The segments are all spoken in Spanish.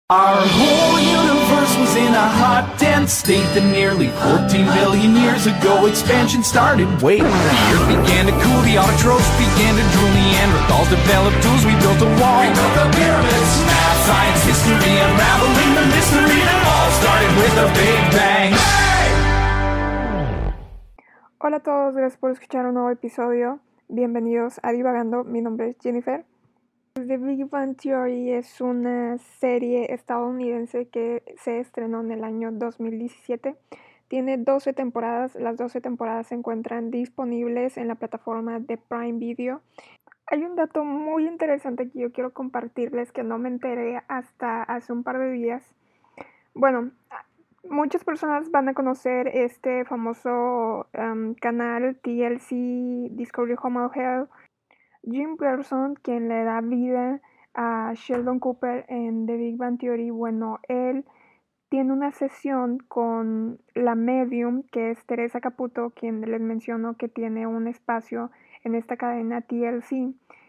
Our whole universe was in a hot, dense state that nearly 14 billion years ago expansion started. Wait, the earth began to cool, the autotrophs began to drool, Neanderthals developed tools, we built a wall. We built the pyramids, math, science, history, unraveling the mystery that all started with a Big Bang. Hey! Hola a todos, gracias por escuchar un nuevo episodio. Bienvenidos a Divagando, mi nombre es Jennifer. The Big Bang Theory es una serie estadounidense que se estrenó en el año 2017. Tiene 12 temporadas, las 12 temporadas se encuentran disponibles en la plataforma de Prime Video. Hay un dato muy interesante que yo quiero compartirles que no me enteré hasta hace un par de días. Bueno, muchas personas van a conocer este famoso canal TLC, Discovery Home and Health. Jim Parsons, quien le da vida a Sheldon Cooper en The Big Bang Theory, bueno, él tiene una sesión con la medium, que es Teresa Caputo, quien les menciono que tiene un espacio en esta cadena TLC.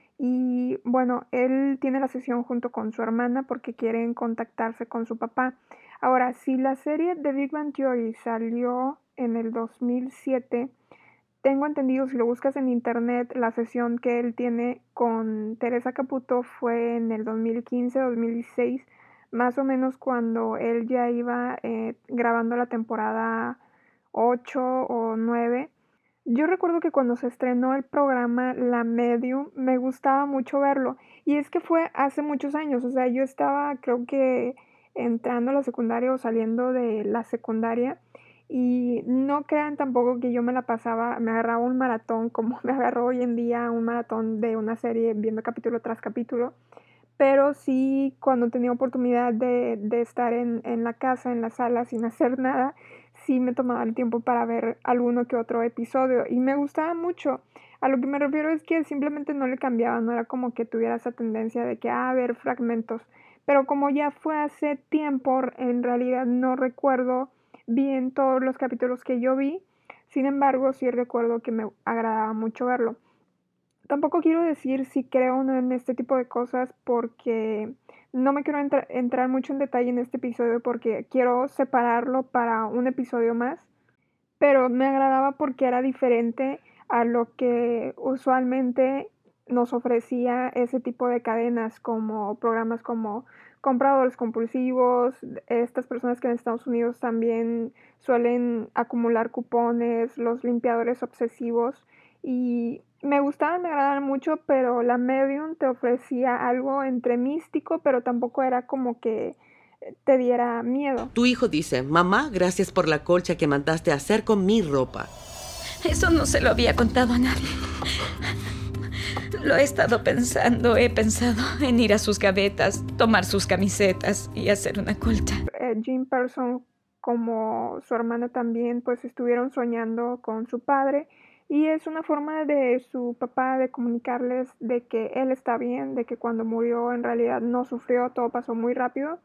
Y bueno, él tiene la sesión junto con su hermana porque quieren contactarse con su papá. Ahora, si la serie The Big Bang Theory salió en el 2007, tengo entendido, si lo buscas en internet, la sesión que él tiene con Teresa Caputo fue en el 2015-2016, más o menos cuando él ya iba grabando la temporada 8 o 9. Yo recuerdo que cuando se estrenó el programa La Medium, me gustaba mucho verlo. Y es que fue hace muchos años, o sea, yo estaba creo que entrando a la secundaria o saliendo de la secundaria. Y no crean tampoco que yo me agarraba un maratón como me agarro hoy en día un maratón de una serie viendo capítulo tras capítulo, pero sí cuando tenía oportunidad de estar en la casa, en la sala sin hacer nada, sí me tomaba el tiempo para ver alguno que otro episodio y me gustaba mucho. A lo que me refiero es que simplemente no le cambiaba, no era como que tuviera esa tendencia de que ver fragmentos, pero como ya fue hace tiempo, en realidad no recuerdo bien todos los capítulos que yo vi. Sin embargo, sí recuerdo que me agradaba mucho verlo. Tampoco quiero decir si creo o no en este tipo de cosas porque no me quiero entrar mucho en detalle en este episodio porque quiero separarlo para un episodio más. Pero me agradaba porque era diferente a lo que usualmente nos ofrecía ese tipo de cadenas, como programas como compradores compulsivos, estas personas que en Estados Unidos también suelen acumular cupones, los limpiadores obsesivos, y me gustaban, me agradaban mucho, pero la Medium te ofrecía algo entre místico, pero tampoco era como que te diera miedo. Tu hijo dice: mamá, gracias por la colcha que mandaste a hacer con mi ropa. Eso no se lo había contado a nadie. Lo he estado pensando, he pensado en ir a sus gavetas, tomar sus camisetas y hacer una colcha. Jim Parsons, como su hermana también, pues estuvieron soñando con su padre y es una forma de su papá de comunicarles de que él está bien, de que cuando murió en realidad no sufrió, todo pasó muy rápido.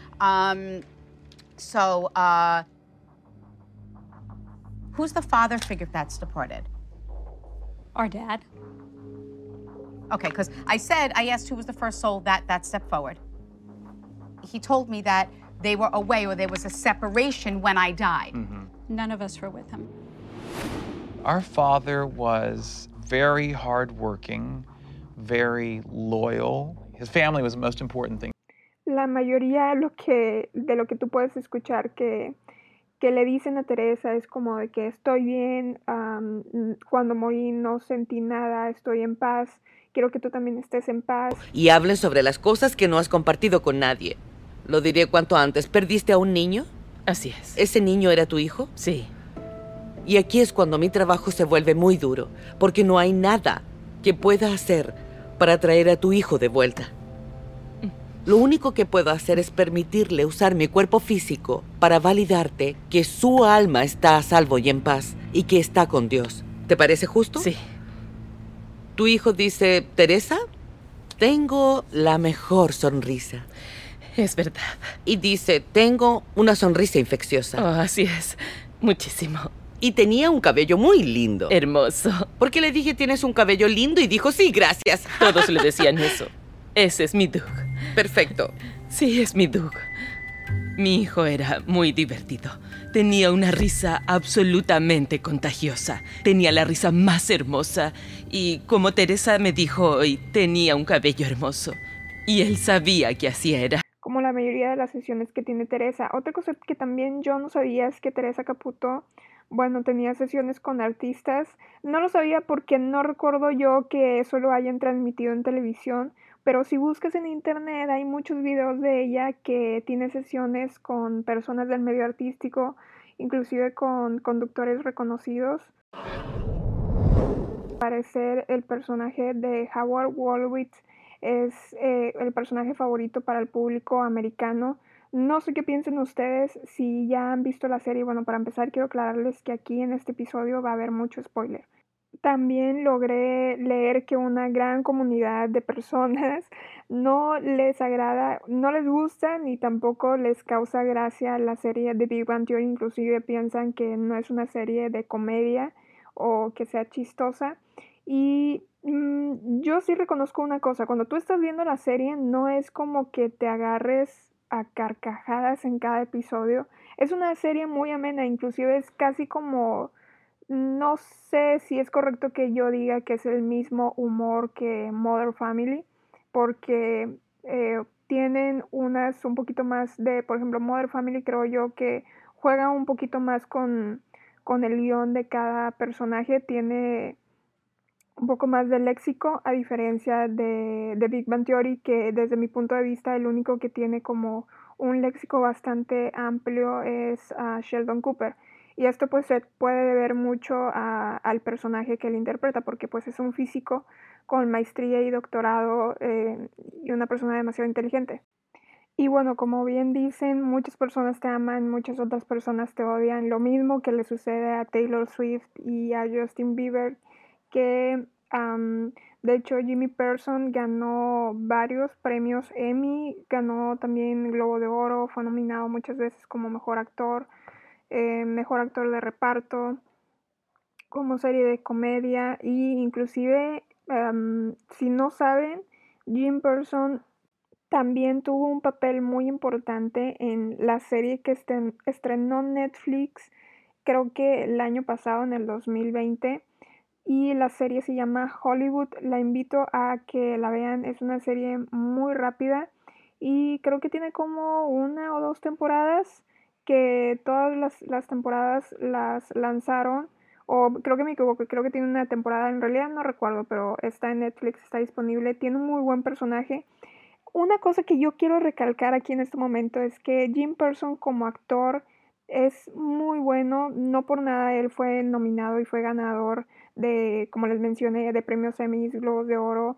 Who's the father figure that's departed? Our dad. Okay, because I asked who was the first soul that stepped forward. He told me that they were away or there was a separation when I died. Mm-hmm. None of us were with him. Our father was very hardworking, very loyal. His family was the most important thing. La mayoría de lo que tú puedes escuchar que le dicen a Teresa es como de que estoy bien, cuando morí no sentí nada, estoy en paz, quiero que tú también estés en paz. Y hablen sobre las cosas que no has compartido con nadie. Lo diré cuanto antes. ¿Perdiste a un niño? Así es. ¿Ese niño era tu hijo? Sí. Y aquí es cuando mi trabajo se vuelve muy duro, porque no hay nada que pueda hacer para traer a tu hijo de vuelta. Lo único que puedo hacer es permitirle usar mi cuerpo físico para validarte que su alma está a salvo y en paz y que está con Dios. ¿Te parece justo? Sí. Tu hijo dice: Teresa, tengo la mejor sonrisa. Es verdad. Y dice: tengo una sonrisa infecciosa. Oh, así es. Muchísimo. Y tenía un cabello muy lindo. Hermoso. Porque le dije: tienes un cabello lindo, y dijo: sí, gracias. Todos le decían eso. Ese es mi Doug. Perfecto. Sí, es mi Doug. Mi hijo era muy divertido. Tenía una risa absolutamente contagiosa. Tenía la risa más hermosa. Y como Teresa me dijo hoy, tenía un cabello hermoso. Y él sabía que así era. Como la mayoría de las sesiones que tiene Teresa. Otra cosa que también yo no sabía es que Teresa Caputo, bueno, tenía sesiones con artistas. No lo sabía porque no recuerdo yo que eso lo hayan transmitido en televisión, pero si buscas en internet hay muchos videos de ella que tiene sesiones con personas del medio artístico, inclusive con conductores reconocidos. Al parecer el personaje de Howard Wolowitz es el personaje favorito para el público americano. No sé qué piensen ustedes, si ya han visto la serie. Bueno, para empezar quiero aclararles que aquí en este episodio va a haber mucho spoiler. También logré leer que una gran comunidad de personas no les agrada, no les gusta ni tampoco les causa gracia la serie de Big Bang Theory. Inclusive piensan que no es una serie de comedia o que sea chistosa. Y yo sí reconozco una cosa, cuando tú estás viendo la serie no es como que te agarres a carcajadas en cada episodio. Es una serie muy amena, inclusive es casi como, no sé si es correcto que yo diga que es el mismo humor que Modern Family, porque tienen unas un poquito más de, por ejemplo, Modern Family creo yo que juega un poquito más con el guión de cada personaje, tiene un poco más de léxico, a diferencia de Big Bang Theory, que desde mi punto de vista el único que tiene como un léxico bastante amplio es Sheldon Cooper. Y esto pues se puede deber mucho al personaje que él interpreta, porque pues es un físico con maestría y doctorado y una persona demasiado inteligente. Y bueno, como bien dicen, muchas personas te aman, muchas otras personas te odian. Lo mismo que le sucede a Taylor Swift y a Justin Bieber, que de hecho Jimmy Pearson ganó varios premios Emmy, ganó también Globo de Oro, fue nominado muchas veces como mejor actor de reparto, como serie de comedia, y inclusive si no saben, Jim Pearson también tuvo un papel muy importante en la serie que estrenó Netflix, creo que el año pasado, en el 2020, y la serie se llama Hollywood. La invito a que la vean, es una serie muy rápida y creo que tiene como 1 o 2 temporadas, que todas las temporadas las lanzaron, o creo que me equivoco, creo que tiene una temporada, en realidad no recuerdo, pero está en Netflix, está disponible, tiene un muy buen personaje. Una cosa que yo quiero recalcar aquí en este momento es que Jim Pearson como actor es muy bueno, no por nada él fue nominado y fue ganador de, como les mencioné, de premios Emmy, Globos de Oro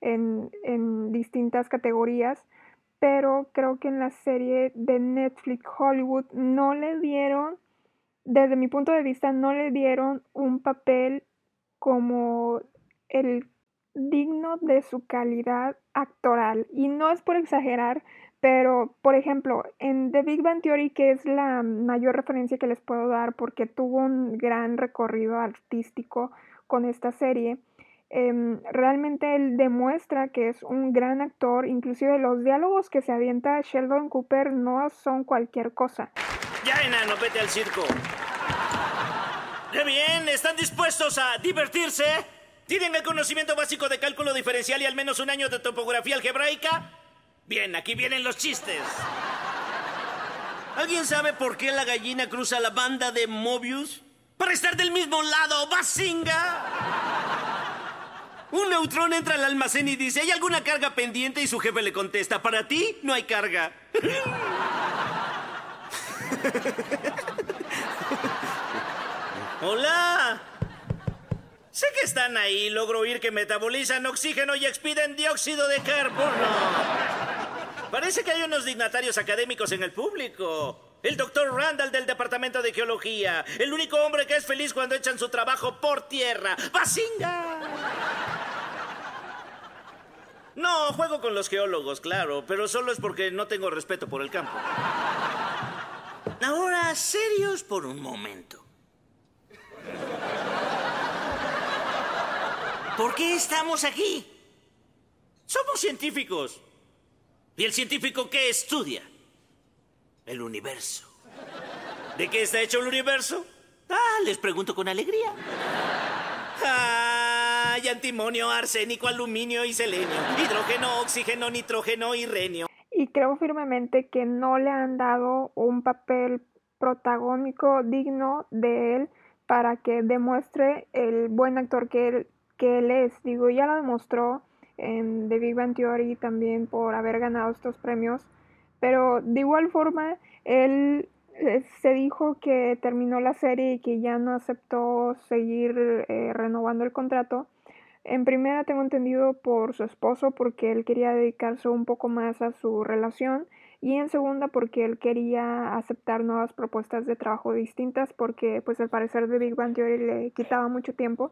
en distintas categorías, pero creo que en la serie de Netflix Hollywood no le dieron, desde mi punto de vista, no le dieron un papel como el digno de su calidad actoral. Y no es por exagerar, pero, por ejemplo, en The Big Bang Theory, que es la mayor referencia que les puedo dar porque tuvo un gran recorrido artístico con esta serie, realmente él demuestra que es un gran actor. Inclusive los diálogos que se avienta Sheldon Cooper no son cualquier cosa. Ya, enano, vete al circo. ¡Qué bien! ¿Están dispuestos a divertirse? ¿Tienen el conocimiento básico de cálculo diferencial y al menos 1 año de topografía algebraica? Bien, aquí vienen los chistes. ¿Alguien sabe por qué la gallina cruza la banda de Mobius? ¡Para estar del mismo lado! ¡Bazinga! Un neutrón entra al almacén y dice: ¿hay alguna carga pendiente? Y su jefe le contesta: para ti no hay carga. ¡Hola! Sé que están ahí. Logro oír que metabolizan oxígeno y expiden dióxido de carbono. Parece que hay unos dignatarios académicos en el público. El doctor Randall del Departamento de Geología. El único hombre que es feliz cuando echan su trabajo por tierra. ¡Bazinga! No, juego con los geólogos, claro, pero solo es porque no tengo respeto por el campo. Ahora, serios por un momento. ¿Por qué estamos aquí? Somos científicos. ¿Y el científico qué estudia? El universo. ¿De qué está hecho el universo? Les pregunto con alegría. Hay antimonio, arsénico, aluminio y selenio. Hidrógeno, oxígeno, nitrógeno y renio. Y creo firmemente que no le han dado un papel protagónico digno de él para que demuestre el buen actor que él es. Digo, ya lo demostró en The Big Bang Theory también por haber ganado estos premios, pero de igual forma él se dijo que terminó la serie y que ya no aceptó seguir renovando el contrato. En primera tengo entendido por su esposo, porque él quería dedicarse un poco más a su relación, y en segunda porque él quería aceptar nuevas propuestas de trabajo distintas, porque pues al parecer The Big Bang Theory le quitaba mucho tiempo.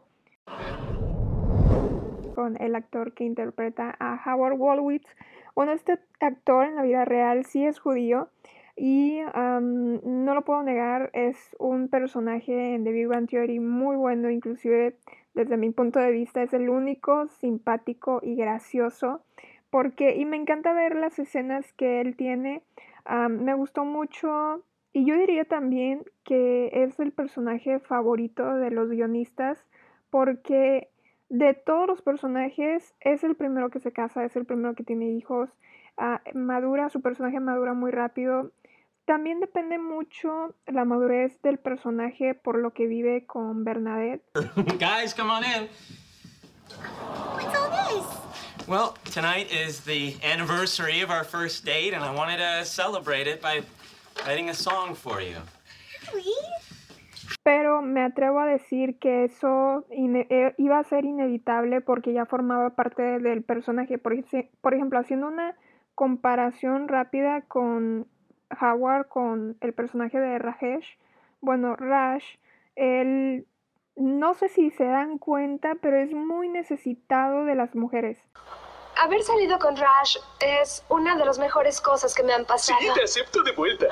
Con el actor que interpreta a Howard Wolowitz. Bueno, este actor en la vida real sí es judío y no lo puedo negar, es un personaje en The Big Bang Theory muy bueno, inclusive desde mi punto de vista es el único simpático y gracioso, y me encanta ver las escenas que él tiene. Me gustó mucho y yo diría también que es el personaje favorito de los guionistas, porque de todos los personajes es el primero que se casa, es el primero que tiene hijos, su personaje madura muy rápido. También depende mucho la madurez del personaje por lo que vive con Bernadette. Guys, come on in. What's all this? Well, tonight is the anniversary of our first date, and I wanted to celebrate it by writing a song for you. Really? Pero me atrevo a decir que eso iba a ser inevitable porque ya formaba parte del personaje. Por ejemplo, haciendo una comparación rápida con Howard, con el personaje de Rajesh. Bueno, Raj, él, no sé si se dan cuenta, pero es muy necesitado de las mujeres. Haber salido con Raj es una de las mejores cosas que me han pasado. Sí, te acepto de vuelta.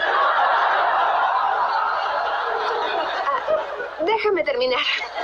Déjame terminar.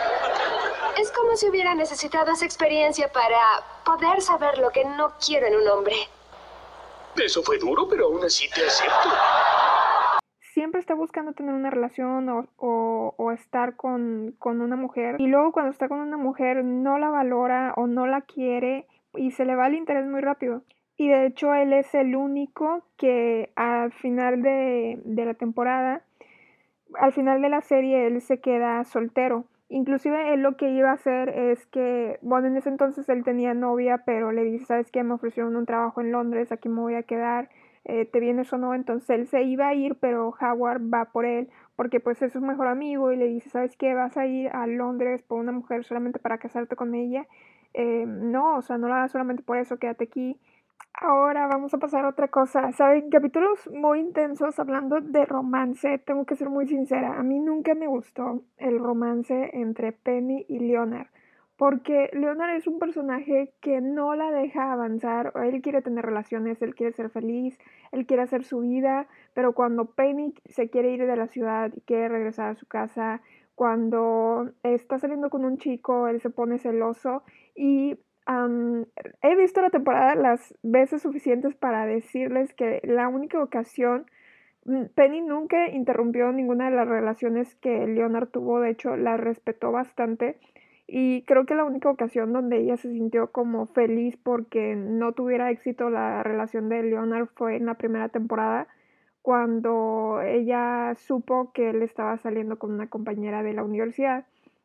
Es como si hubiera necesitado esa experiencia para poder saber lo que no quiero en un hombre. Eso fue duro, pero aún así te acepto. Siempre está buscando tener una relación o estar con una mujer. Y luego cuando está con una mujer no la valora o no la quiere y se le va el interés muy rápido. Y de hecho él es el único que al final de la temporada, al final de la serie, él se queda soltero. Inclusive él lo que iba a hacer es que, bueno, en ese entonces él tenía novia, pero le dice, ¿sabes qué? Me ofrecieron un trabajo en Londres, aquí me voy a quedar, ¿te vienes o no? Entonces él se iba a ir, pero Howard va por él, porque pues es su mejor amigo y le dice, ¿sabes qué? ¿Vas a ir a Londres por una mujer solamente para casarte con ella? No, o sea, no lo hagas solamente por eso, quédate aquí. Ahora vamos a pasar a otra cosa. ¿Saben? Capítulos muy intensos hablando de romance. Tengo que ser muy sincera. A mí nunca me gustó el romance entre Penny y Leonard. Porque Leonard es un personaje que no la deja avanzar. Él quiere tener relaciones, él quiere ser feliz, él quiere hacer su vida. Pero cuando Penny se quiere ir de la ciudad y quiere regresar a su casa, cuando está saliendo con un chico, él se pone celoso y... he visto la temporada las veces suficientes para decirles que la única ocasión, Penny nunca interrumpió ninguna de las relaciones que Leonard tuvo, de hecho la respetó bastante y creo que la única ocasión donde ella se sintió como feliz porque no tuviera éxito la relación de Leonard fue en la primera temporada, cuando ella supo que él estaba saliendo con una compañera de la universidad.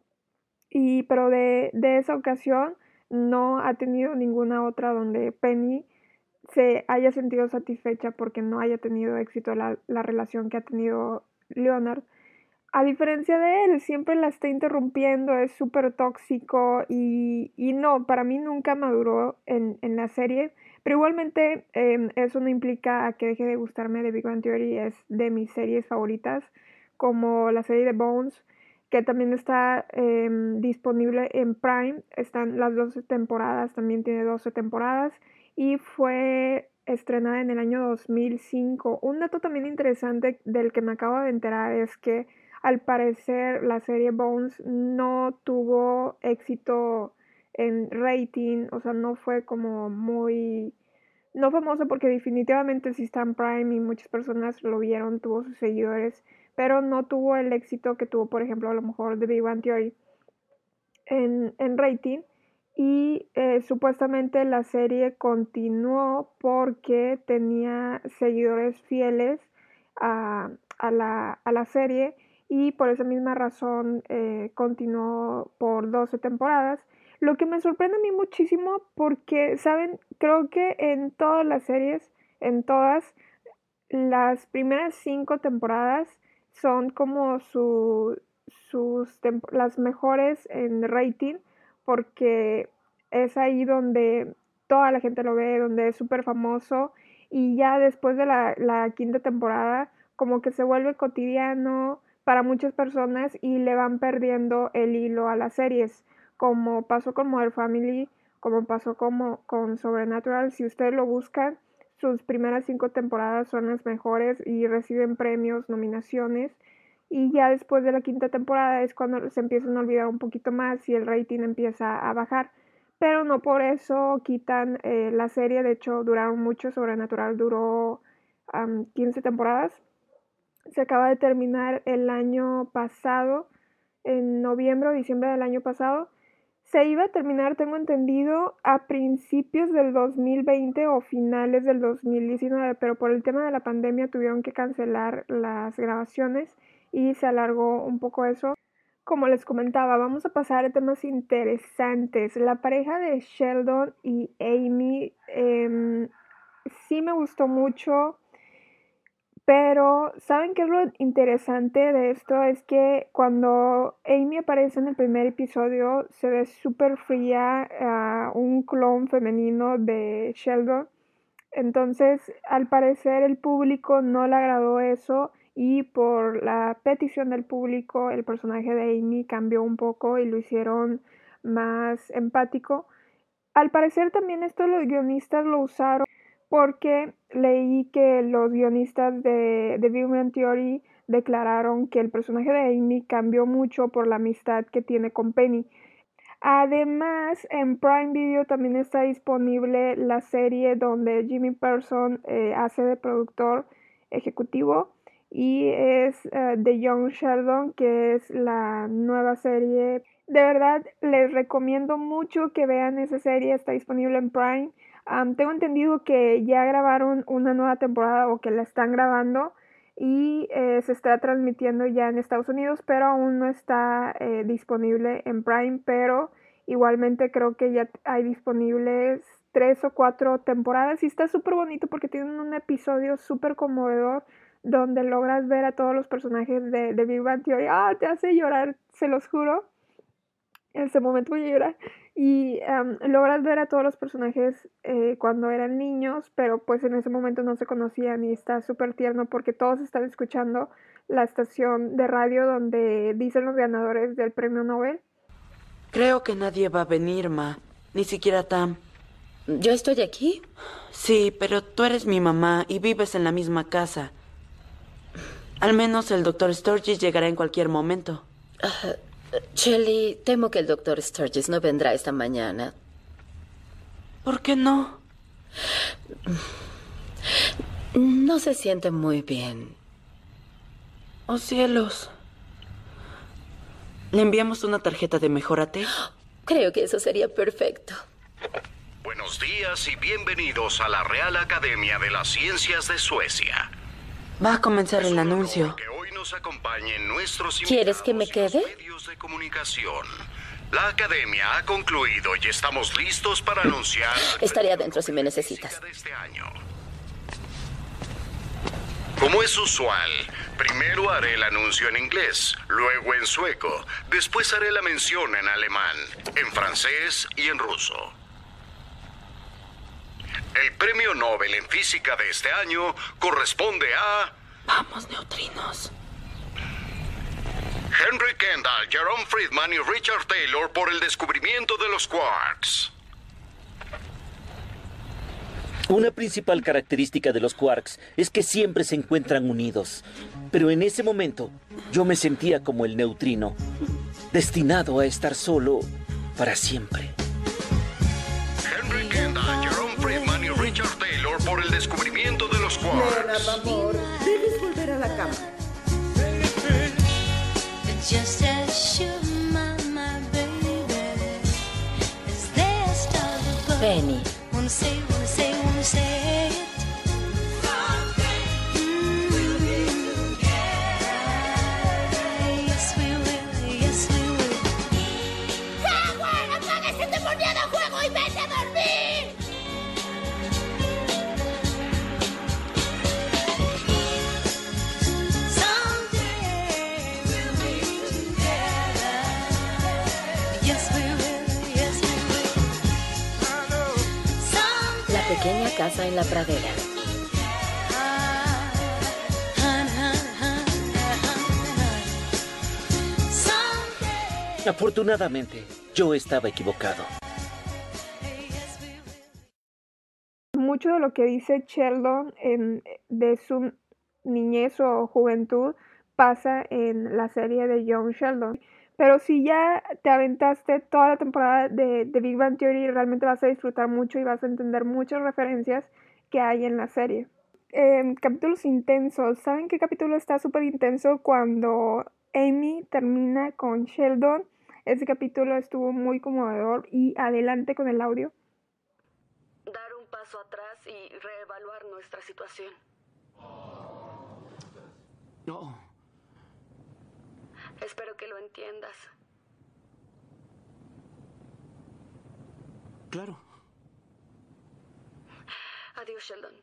Pero de esa ocasión no ha tenido ninguna otra donde Penny se haya sentido satisfecha porque no haya tenido éxito la relación que ha tenido Leonard. A diferencia de él, siempre la está interrumpiendo, es súper tóxico y no, para mí nunca maduró en la serie. Pero igualmente eso no implica a que deje de gustarme. The Big Bang Theory es de mis series favoritas, como la serie de Bones, que también está disponible en Prime. Están las 12 temporadas, también tiene 12 temporadas y fue estrenada en el año 2005. Un dato también interesante del que me acabo de enterar es que al parecer la serie Bones no tuvo éxito en rating, o sea, no fue como muy no famoso porque definitivamente sí está en Prime y muchas personas lo vieron, tuvo sus seguidores, pero no tuvo el éxito que tuvo, por ejemplo, a lo mejor The Big Bang Theory en rating. Y supuestamente la serie continuó porque tenía seguidores fieles a la serie, y por esa misma razón continuó por 12 temporadas. Lo que me sorprende a mí muchísimo porque, ¿saben? Creo que en todas las series, en todas, las primeras 5 temporadas son como las mejores en rating, porque es ahí donde toda la gente lo ve, donde es súper famoso, y ya después de la quinta temporada como que se vuelve cotidiano para muchas personas y le van perdiendo el hilo a las series, como pasó con Modern Family, como pasó con Supernatural. Si ustedes lo buscan, sus primeras 5 temporadas son las mejores y reciben premios, nominaciones, y ya después de la quinta temporada es cuando se empiezan a olvidar un poquito más y el rating empieza a bajar. Pero no por eso quitan la serie. De hecho, duraron mucho. Supernatural duró 15 temporadas. Se acaba de terminar el año pasado, en noviembre o diciembre del año pasado. Se iba a terminar, tengo entendido, a principios del 2020 o finales del 2019, pero por el tema de la pandemia tuvieron que cancelar las grabaciones y se alargó un poco eso. Como les comentaba, vamos a pasar a temas interesantes. La pareja de Sheldon y Amy sí me gustó mucho, pero ¿saben qué es lo interesante de esto? Es que cuando Amy aparece en el primer episodio se ve súper fría, un clon femenino de Sheldon. Entonces, al parecer el público no le agradó eso, y por la petición del público el personaje de Amy cambió un poco y lo hicieron más empático. Al parecer también esto los guionistas lo usaron porque leí que los guionistas de Big Bang Theory declararon que el personaje de Amy cambió mucho por la amistad que tiene con Penny. Además, en Prime Video también está disponible la serie donde Jimmy Person hace de productor ejecutivo, y es The Young Sheldon, que es la nueva serie. De verdad, les recomiendo mucho que vean esa serie, está disponible en Prime. Tengo entendido que ya grabaron una nueva temporada, o que la están grabando, y se está transmitiendo ya en Estados Unidos, pero aún no está disponible en Prime. Pero igualmente creo que ya hay disponibles 3 o 4 temporadas, y está súper bonito porque tienen un episodio súper conmovedor donde logras ver a todos los personajes de Big Bang Theory. Te hace llorar, se los juro. En ese momento voy a llorar. Y logras ver a todos los personajes cuando eran niños, pero pues en ese momento no se conocían, y está súper tierno porque todos están escuchando la estación de radio donde dicen los ganadores del premio Nobel. Creo que nadie va a venir, Ma. Ni siquiera Tam. ¿Yo estoy aquí? Sí, pero tú eres mi mamá y vives en la misma casa. Al menos el Dr. Sturgis llegará en cualquier momento. Shelley, temo que el Dr. Sturgis no vendrá esta mañana. ¿Por qué no? No se siente muy bien. Oh, cielos. ¿Le enviamos una tarjeta de Mejórate? Creo que eso sería perfecto. Buenos días y bienvenidos a la Real Academia de las Ciencias de Suecia. Va a comenzar el anuncio. Que hoy nos acompañen nuestros ¿Quieres que me quede? Medios de comunicación. La academia ha concluido y estamos listos para anunciar. Estaré adentro si me necesitas. De este año. Como es usual, primero haré el anuncio en inglés, luego en sueco, después haré la mención en alemán, en francés y en ruso. El premio Nobel en física de este año corresponde a... Vamos, neutrinos. Henry Kendall, Jerome Friedman y Richard Taylor por el descubrimiento de los quarks. Una principal característica de los quarks es que siempre se encuentran unidos. Pero en ese momento, yo me sentía como el neutrino, destinado a estar solo para siempre. Henry Kendall, Jerome Friedman y Richard Taylor por el descubrimiento de los quarks. Nena, amor, debes volver a la cama. Just as you, my baby, is there a star above? Penny. Wanna say it. Yes, we will, yes, we will. ¡Howard, apaga ese endemoniado juego y vete a dormir! Someday we'll be together. Yes, we will, yes, we will. La pequeña casa en la pradera. Afortunadamente, yo estaba equivocado. Mucho de lo que dice Sheldon de su niñez o juventud pasa en la serie de Young Sheldon. Pero si ya te aventaste toda la temporada de Big Bang Theory, realmente vas a disfrutar mucho y vas a entender muchas referencias que hay en la serie. Capítulos intensos. ¿Saben qué capítulo está súper intenso? Cuando Amy termina con Sheldon. Ese capítulo estuvo muy conmovedor. Y adelante con el audio. Dar un paso atrás y reevaluar nuestra situación. No. Espero que lo entiendas. Claro. Adiós, Sheldon.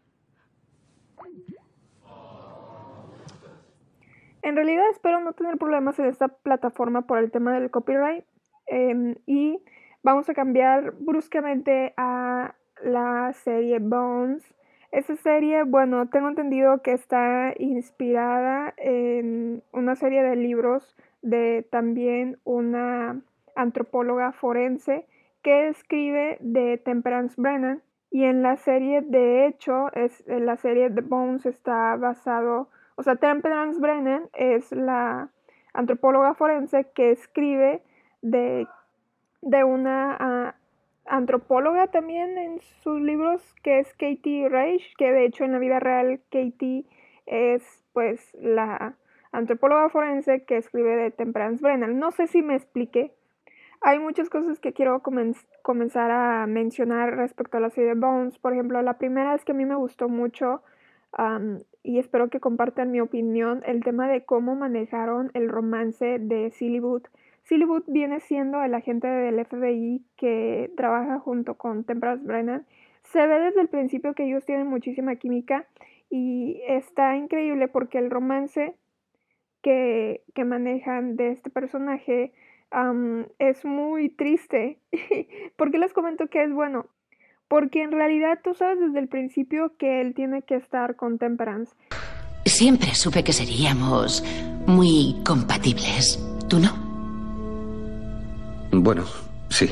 En realidad espero no tener problemas en esta plataforma por el tema del copyright. Y vamos a cambiar bruscamente a la serie Bones. Esa serie, bueno, tengo entendido que está inspirada en una serie de libros de también una antropóloga forense que escribe de Temperance Brennan. Y en la serie, de hecho, la serie de Bones está basado... O sea, Temperance Brennan es la antropóloga forense que escribe de una antropóloga también en sus libros, que es Katie Reich, que de hecho en la vida real Katie es pues la antropóloga forense que escribe de Temperance Brennan. No sé si me expliqué. Hay muchas cosas que quiero comenzar a mencionar respecto a la serie Bones. Por ejemplo, la primera es que a mí me gustó mucho y espero que compartan mi opinión, el tema de cómo manejaron el romance de Silly Booth. Silly Booth viene siendo el agente del FBI que trabaja junto con Temperance Brennan. Se ve desde el principio que ellos tienen muchísima química y está increíble porque el romance que manejan de este personaje es muy triste. ¿Por qué les comento que es bueno? Porque en realidad tú sabes desde el principio que él tiene que estar con Temperance. Siempre supe que seríamos muy compatibles. ¿Tú no? Bueno, sí.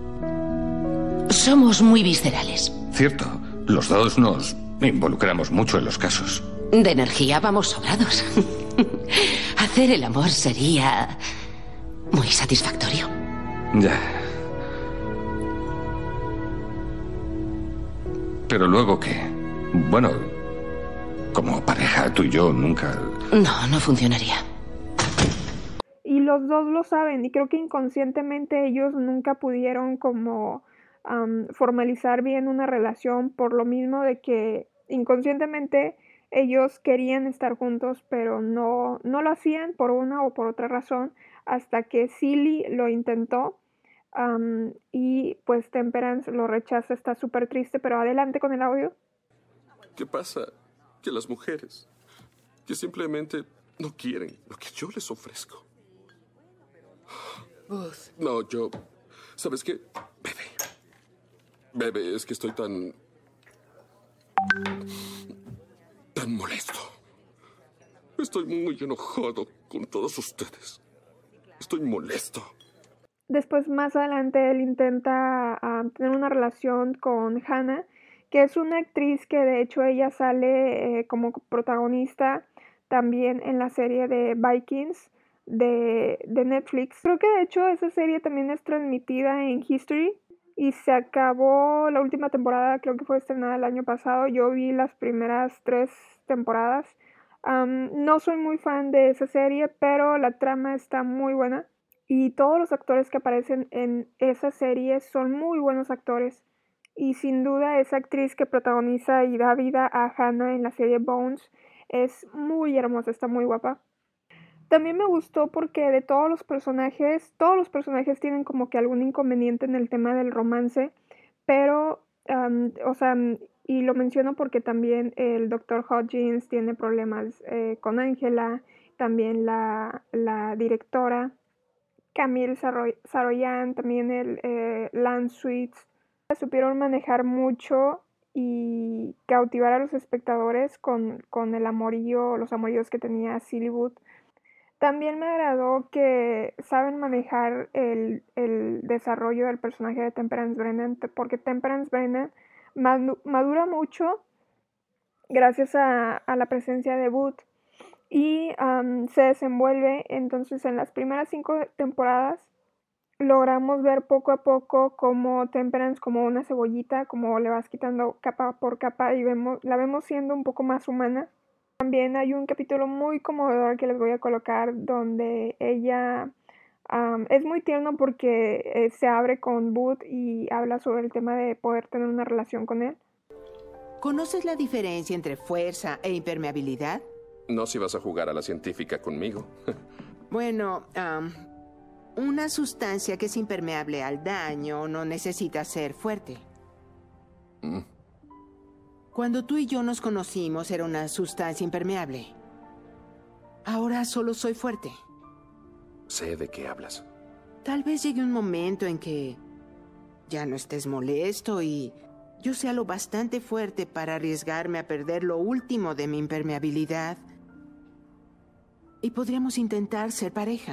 Somos muy viscerales. Cierto. Los dos nos involucramos mucho en los casos. De energía vamos sobrados. Hacer el amor sería muy satisfactorio. Ya. Pero luego, ¿qué? Bueno, como pareja, tú y yo nunca... No funcionaría. Y los dos lo saben, y creo que inconscientemente ellos nunca pudieron como formalizar bien una relación, por lo mismo de que inconscientemente ellos querían estar juntos, pero no lo hacían por una o por otra razón, hasta que Silly lo intentó. Y pues Temperance lo rechaza, está súper triste, pero adelante con el audio. ¿Qué pasa? Que las mujeres que simplemente no quieren lo que yo les ofrezco. No, yo... ¿Sabes qué? Bebe, es que estoy tan molesto. Estoy muy enojado con todos ustedes. Estoy molesto. Después, más adelante, él intenta tener una relación con Hannah, que es una actriz que de hecho ella sale como protagonista también en la serie de Vikings de Netflix. Creo que de hecho esa serie también es transmitida en History y se acabó la última temporada, creo que fue estrenada el año pasado. Yo vi las primeras 3 temporadas. No soy muy fan de esa serie, pero la trama está muy buena y todos los actores que aparecen en esa serie son muy buenos actores. Y sin duda esa actriz que protagoniza y da vida a Hannah en la serie Bones es muy hermosa, está muy guapa. También me gustó porque de todos los personajes tienen como que algún inconveniente en el tema del romance, pero, y lo menciono porque también el Dr. Hodgins tiene problemas con Angela, también la directora, Camille Saroyan, también el Lance Sweets, supieron manejar mucho y cautivar a los espectadores con el amorío, los amoríos que tenía Silly Wood. También me agradó que saben manejar el desarrollo del personaje de Temperance Brennan, porque Temperance Brennan madura mucho gracias a la presencia de Wood y se desenvuelve. Entonces en las primeras 5 temporadas logramos ver poco a poco cómo Temperance, como una cebollita, como le vas quitando capa por capa y la vemos siendo un poco más humana. También hay un capítulo muy conmovedor que les voy a colocar donde ella es muy tierno porque se abre con Wood y habla sobre el tema de poder tener una relación con él. ¿Conoces la diferencia entre fuerza e impermeabilidad? No si vas a jugar a la científica conmigo. Bueno, una sustancia que es impermeable al daño no necesita ser fuerte. Cuando tú y yo nos conocimos era una sustancia impermeable. Ahora solo soy fuerte. Sé de qué hablas. Tal vez llegue un momento en que ya no estés molesto y yo sea lo bastante fuerte para arriesgarme a perder lo último de mi impermeabilidad. Y podríamos intentar ser pareja.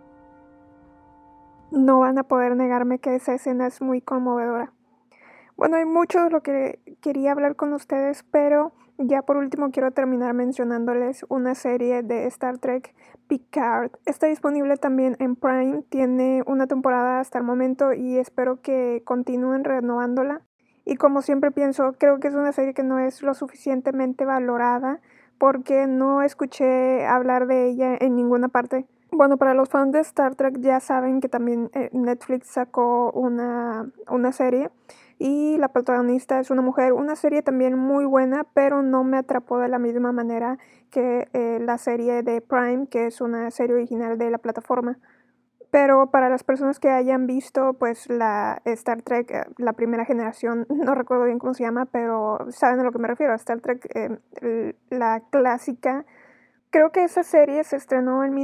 No van a poder negarme que esa escena es muy conmovedora. Bueno, hay mucho de lo que quería hablar con ustedes, pero ya por último quiero terminar mencionándoles una serie de Star Trek, Picard. Está disponible también en Prime, tiene una temporada hasta el momento y espero que continúen renovándola. Y como siempre pienso, creo que es una serie que no es lo suficientemente valorada porque no escuché hablar de ella en ninguna parte. Bueno, para los fans de Star Trek ya saben que también Netflix sacó una serie y la protagonista es una mujer. Una serie también muy buena, pero no me atrapó de la misma manera que la serie de Prime, que es una serie original de la plataforma. Pero para las personas que hayan visto pues la Star Trek, la primera generación, no recuerdo bien cómo se llama, pero saben a lo que me refiero, a Star Trek, la clásica. Creo que esa serie se estrenó en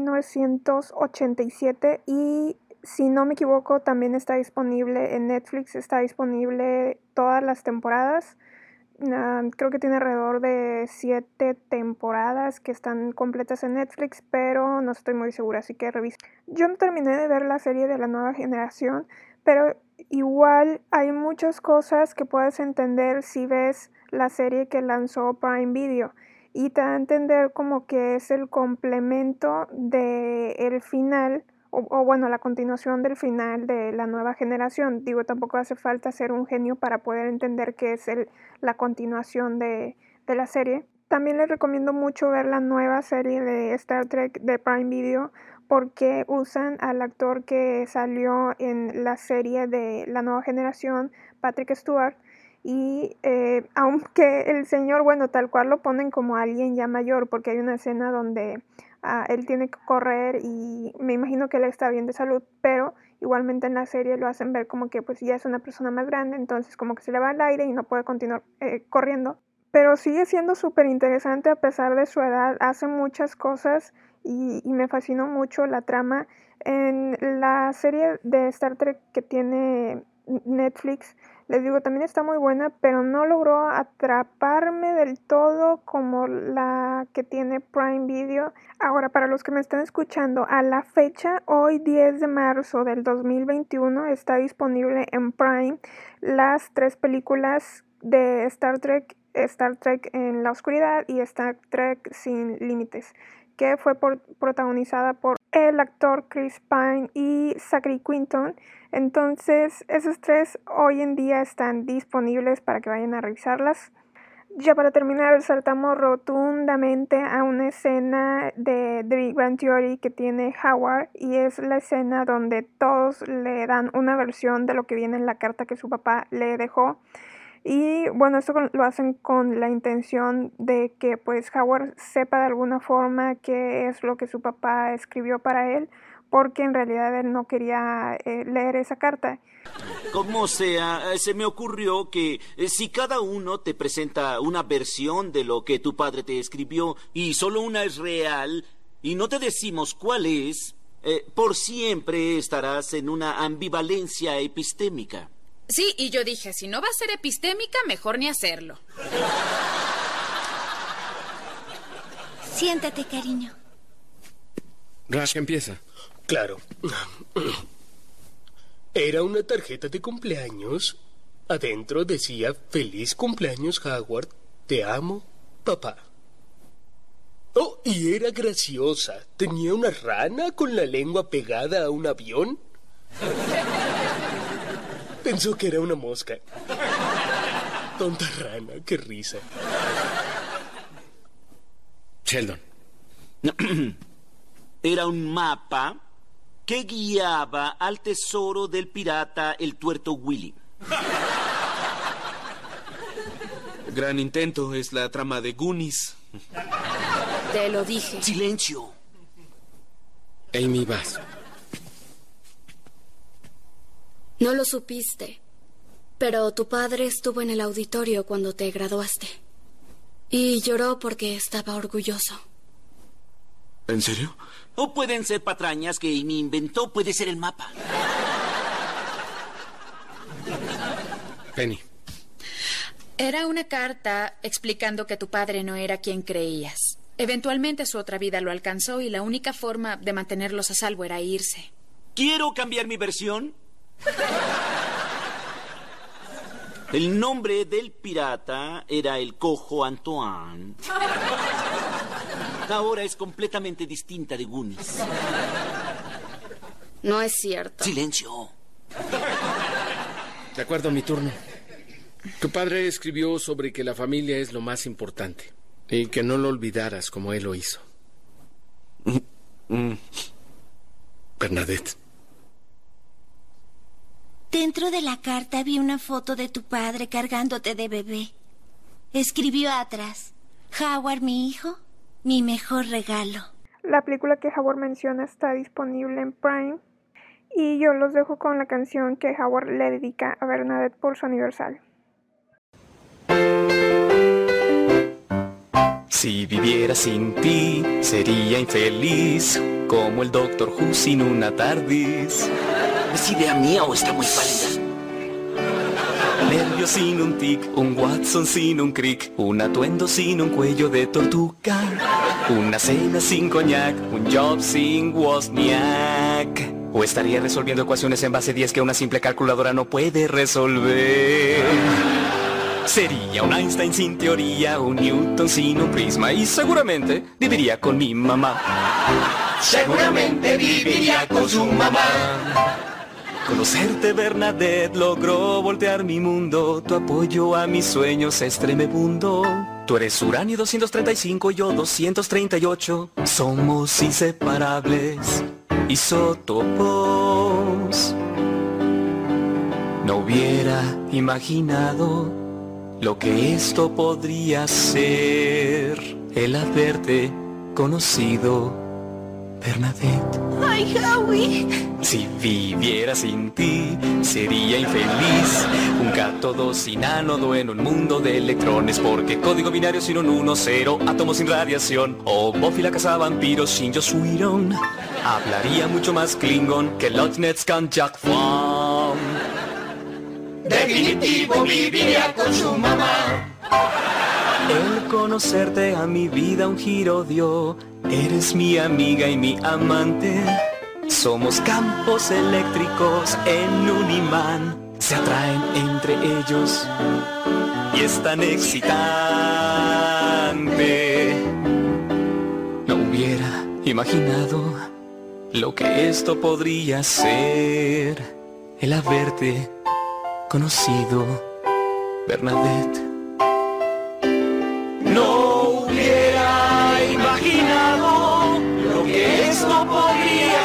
1987 y si no me equivoco también está disponible en Netflix, está disponible todas las temporadas. Creo que tiene alrededor de 7 temporadas que están completas en Netflix, pero no estoy muy segura, así que revisen. Yo no terminé de ver la serie de la nueva generación, pero igual hay muchas cosas que puedes entender si ves la serie que lanzó Prime Video. Y te da a entender como que es el complemento del final, o bueno, la continuación del final de la nueva generación. Digo, tampoco hace falta ser un genio para poder entender que es la continuación de la serie. También les recomiendo mucho ver la nueva serie de Star Trek de Prime Video porque usan al actor que salió en la serie de la nueva generación, Patrick Stewart. Y aunque el señor, bueno, tal cual lo ponen como alguien ya mayor, porque hay una escena donde él tiene que correr y me imagino que él está bien de salud, pero igualmente en la serie lo hacen ver como que pues ya es una persona más grande, entonces como que se le va el aire y no puede continuar corriendo. Pero sigue siendo súper interesante a pesar de su edad, hace muchas cosas y me fascinó mucho la trama. En la serie de Star Trek que tiene Netflix, les digo, también está muy buena, pero no logró atraparme del todo como la que tiene Prime Video. Ahora, para los que me están escuchando, a la fecha, hoy 10 de marzo del 2021, está disponible en Prime las 3 películas de Star Trek en la oscuridad y Star Trek Sin Límites, que fue protagonizada por el actor Chris Pine y Zachary Quinto. Entonces, esos tres hoy en día están disponibles para que vayan a revisarlas. Ya para terminar, saltamos rotundamente a una escena de The Big Bang Theory que tiene Howard, y es la escena donde todos le dan una versión de lo que viene en la carta que su papá le dejó. Y bueno, esto lo hacen con la intención de que pues Howard sepa de alguna forma qué es lo que su papá escribió para él, porque en realidad él no quería leer esa carta. Como sea, se me ocurrió que si cada uno te presenta una versión de lo que tu padre te escribió y solo una es real y no te decimos cuál es, por siempre estarás en una ambivalencia epistémica. Sí, y yo dije, si no va a ser epistémica, mejor ni hacerlo. Siéntate, cariño. Rush, empieza. Claro. Era una tarjeta de cumpleaños. Adentro decía, feliz cumpleaños, Howard. Te amo, papá. Oh, y era graciosa. Tenía una rana con la lengua pegada a un avión. Pensó que era una mosca. Tonta rana, qué risa. Sheldon. Era un mapa que guiaba al tesoro del pirata el tuerto Willy. Gran intento, es la trama de Goonies. Te lo dije. ¡Silencio! Amy, vas. No lo supiste, pero tu padre estuvo en el auditorio cuando te graduaste. Y lloró porque estaba orgulloso. ¿En serio? O pueden ser patrañas que Amy inventó, puede ser el mapa. Penny. Era una carta explicando que tu padre no era quien creías. Eventualmente su otra vida lo alcanzó y la única forma de mantenerlos a salvo era irse. ¿Quiero cambiar mi versión? El nombre del pirata era el cojo Antoine. Ahora es completamente distinta de Goonies. No es cierto. ¡Silencio! De acuerdo, mi turno. Tu padre escribió sobre que la familia es lo más importante y que no lo olvidaras como él lo hizo. Bernadette. Dentro de la carta vi una foto de tu padre cargándote de bebé. Escribió atrás, Howard, mi hijo, mi mejor regalo. La película que Howard menciona está disponible en Prime. Y yo los dejo con la canción que Howard le dedica a Bernadette por su aniversario. Si viviera sin ti, sería infeliz, como el Doctor Who sin una TARDIS. ¿Es idea mía o está muy pálida? Nervios sin un tic, un Watson sin un crick, un atuendo sin un cuello de tortuga, una cena sin coñac, un job sin Wozniak. O estaría resolviendo ecuaciones en base 10 que una simple calculadora no puede resolver. Sería un Einstein sin teoría, un Newton sin un prisma, y seguramente viviría con mi mamá. Seguramente viviría con su mamá. Conocerte, Bernadette, logró voltear mi mundo. Tu apoyo a mis sueños es tremebundo. Tú eres uranio 235 y yo 238. Somos inseparables, isótopos. No hubiera imaginado lo que esto podría ser, el haberte conocido, Bernadette. ¡Ay, Howie! Si viviera sin ti, sería infeliz. Un gato sin ánodo en un mundo de electrones, porque código binario sin un 1, 0, átomos sin radiación. O Buffy la cazavampiros sin Joss Whedon. Hablaría mucho más Klingon que Loch Ness con Jack Fromm. Definitivo viviría con su mamá. El conocerte a mi vida un giro dio. Eres mi amiga y mi amante. Somos campos eléctricos en un imán. Se atraen entre ellos y es tan excitante. No hubiera imaginado lo que esto podría ser, el haberte conocido, Bernadette. No hubiera imaginado lo que esto podría